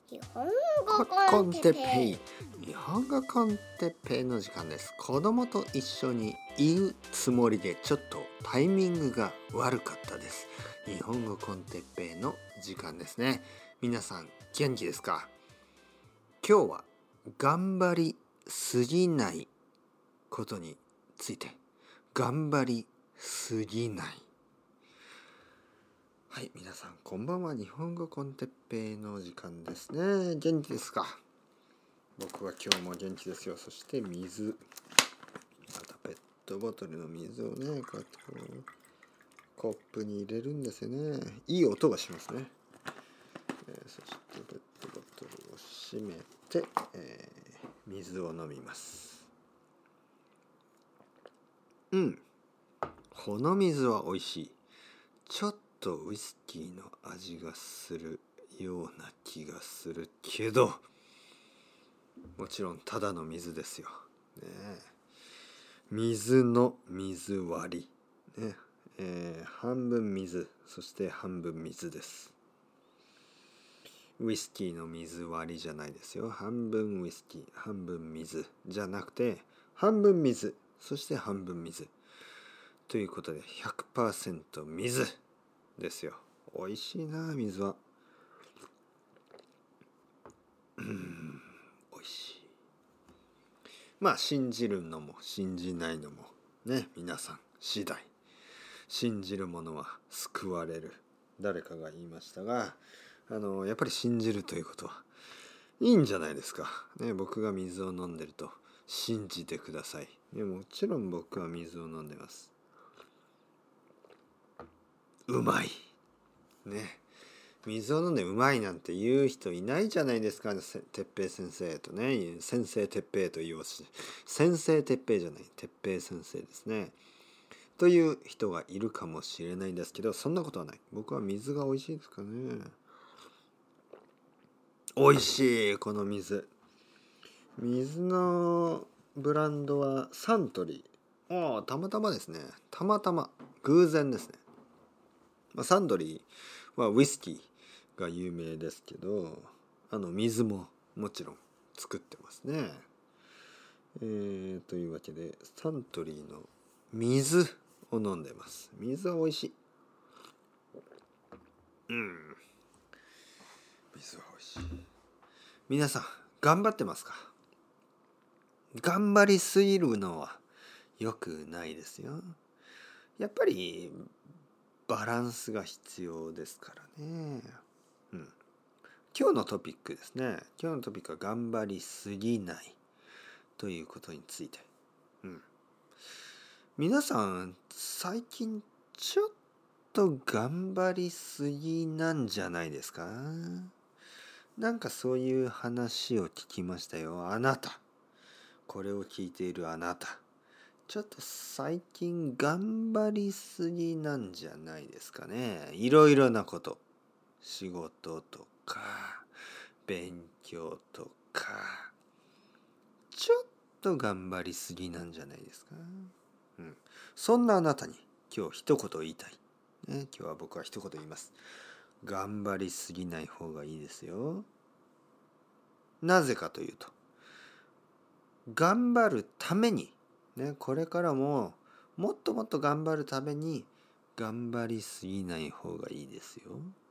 日本語コンテッペイ、日本語コンテッペイの時間です。子供と一緒に言うつもりでちょっとタイミングが悪かったです。日本語コンテッペイの時間ですね。皆さん元気ですか？今日は頑張りすぎないことについて。頑張りすぎない。はい、皆さんこんばんは。日本語コンテッペイの時間ですね。元気ですか？僕は今日も元気ですよ。そして水、またペットボトルの水をね、こうやってコップに入れるんですよね。いい音がしますね。そしてペットボトルを閉めて、水を飲みます。この水は美味しい。ちょっとウイスキーの味がするような気がするけど、もちろんただの水ですよ。ね、水の水割り、ね半分水、そして半分水です。ウイスキーの水割りじゃないですよ。半分ウイスキー、半分水じゃなくて、半分水、そして半分水。ということで 100% 水ですよ。美味しいな、水は。美味しい。まあ信じるのも信じないのもね、皆さん次第。信じる者は救われる、誰かが言いましたが、やっぱり信じるということはいいんじゃないですか、ね、僕が水を飲んでると信じてください、ね、もちろん僕は水を飲んでます。うまいね。水を飲んでうまいなんて言う人いないじゃないですか。てっぺい先生とね、先生てっぺいと言おうし、先生てっぺいじゃない、てっぺい先生ですねという人がいるかもしれないんですけど、そんなことはない。僕は水が美味しいですかね。美味しい、この水。水のブランドはサントリー。たまたまですね。たまたま偶然ですね。サントリーはウイスキーが有名ですけど、水ももちろん作ってますね。というわけでサントリーの水を飲んでます。水は美味しい。水は美味しい。皆さん頑張ってますか？頑張りすぎるのは良くないですよ。やっぱりバランスが必要ですからね。今日のトピックですね。今日のトピックは頑張りすぎないということについて。皆さん最近ちょっと頑張りすぎなんじゃないですか？なんかそういう話を聞きましたよ。あなた、これを聞いているあなた、ちょっと最近頑張りすぎなんじゃないですかね。いろいろなこと、仕事とか勉強とか、ちょっと頑張りすぎなんじゃないですか。そんなあなたに今日一言言いたい、今日は僕は一言言います。頑張りすぎない方がいいですよ。なぜかというと、頑張るためにこれからももっともっと頑張るために頑張りすぎない方がいいですよ。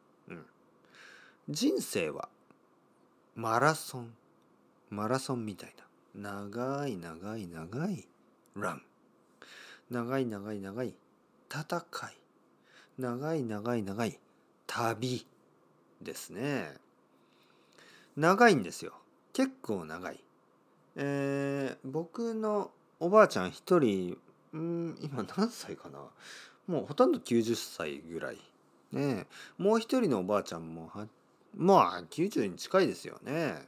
人生はマラソンみたいな長い長い長いラン、長い長い長い戦い、長い長い長い旅ですね。長いんですよ。結構長い。僕のおばあちゃん一人、今何歳かな、もうほとんど90歳ぐらいね。もう一人のおばあちゃんもまあ90に近いですよね。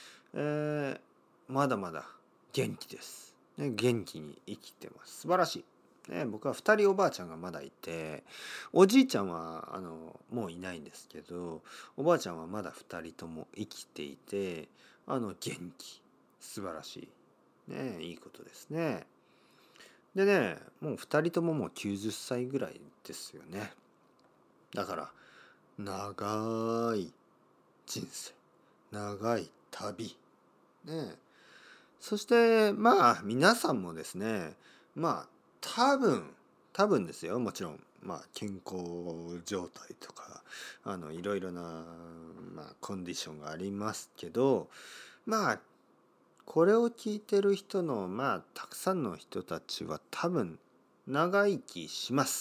まだまだ元気です、元気に生きてます。素晴らしい、僕は2人おばあちゃんがまだいて、おじいちゃんはもういないんですけど、おばあちゃんはまだ2人とも生きていて、元気、素晴らしい、いいことですね。でね、もう2人とももう90歳ぐらいですよね。だから長い人生、 長い旅ね。そしてまあ皆さんもですね、まあ多分ですよ、もちろん健康状態とかいろいろな、コンディションがありますけど、まあこれを聞いてる人のたくさんの人たちは多分長生きします。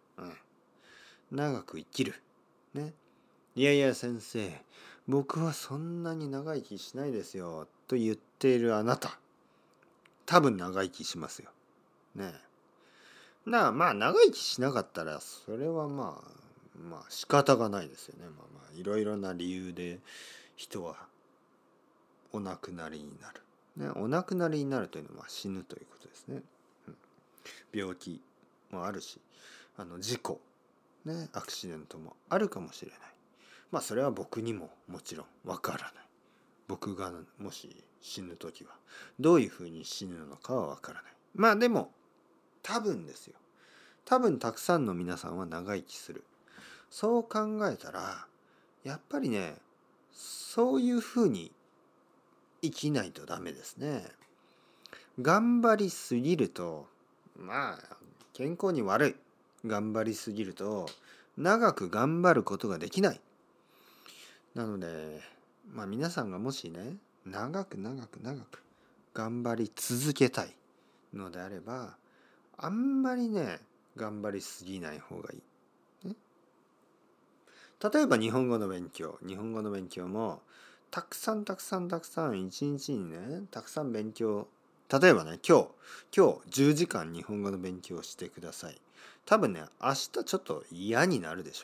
長く生きるね。いやいや先生、僕はそんなに長生きしないですよと言っているあなた、多分長生きしますよね。長生きしなかったらそれは仕方がないですよね。いろいろな理由で人はお亡くなりになる、ね、お亡くなりになるというのは死ぬということですね。病気もあるし、事故ね、アクシデントもあるかもしれない。それは僕にももちろんわからない。僕がもし死ぬ時はどういうふうに死ぬのかはわからない。でも多分ですよ。多分たくさんの皆さんは長生きする。そう考えたらやっぱりね、そういうふうに生きないとダメですね。頑張りすぎると健康に悪い。頑張りすぎると長く頑張ることができない。なので皆さんがもしね、長く頑張り続けたいのであれば、あんまりね頑張りすぎない方がいい、ね、例えば日本語の勉強もたくさん一日にねたくさん勉強、例えばね今日10時間日本語の勉強をしてください。多分ね明日ちょっと嫌になるでしょ。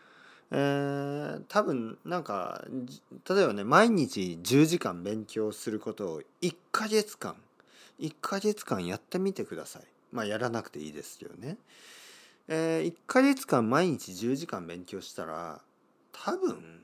多分例えばね毎日10時間勉強することを1ヶ月間やってみてください。やらなくていいですよね。1ヶ月間毎日10時間勉強したら多分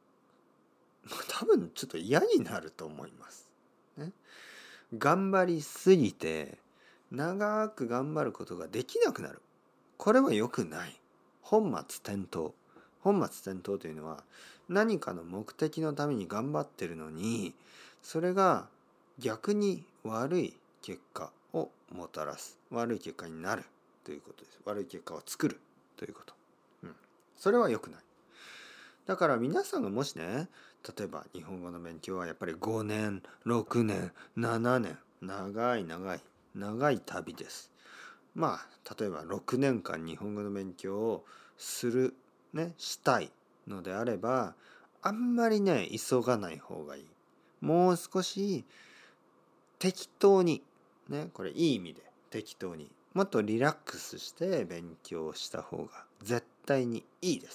ちょっと嫌になると思います、ね。頑張りすぎて長く頑張ることができなくなる。これは良くない。本末転倒というのは何かの目的のために頑張ってるのに、それが逆に悪い結果をもたらす、悪い結果になるということです。悪い結果を作るということ、それは良くない。だから皆さんがもしね、例えば日本語の勉強はやっぱり5年6年7年長い旅です。例えば6年間日本語の勉強をしたいのであれば、あんまりね急がない方がいい。もう少し適当にね、これいい意味で適当に、もっとリラックスして勉強した方が絶対にいいです。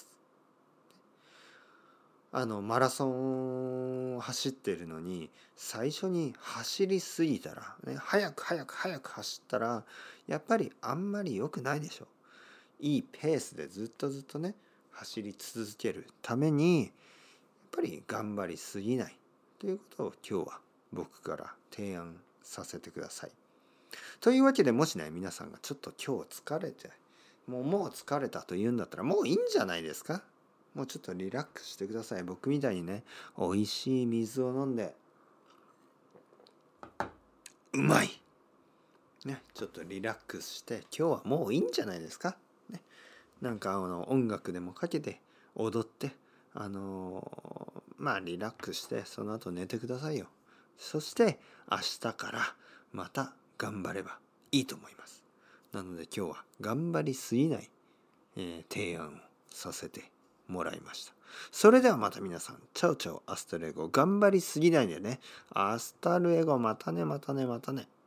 マラソンを走っているのに最初に走りすぎたら、ね、早く走ったらやっぱりあんまり良くないでしょ。いいペースでずっとね走り続けるためにやっぱり頑張りすぎないということを今日は僕から提案させてください。というわけで、もしね皆さんがちょっと今日疲れてもう疲れたというんだったらもういいんじゃないですか。もうちょっとリラックスしてください。僕みたいにね美味しい水を飲んでうまいね、ちょっとリラックスして今日はもういいんじゃないですか、ね、音楽でもかけて踊ってリラックスしてその後寝てくださいよ。そして明日からまた頑張ればいいと思います。なので今日は頑張りすぎない、提案をさせてもらいました。それではまた皆さん、チャオチャオアスタルエゴ、頑張りすぎないでね。アスタルエゴ、またね。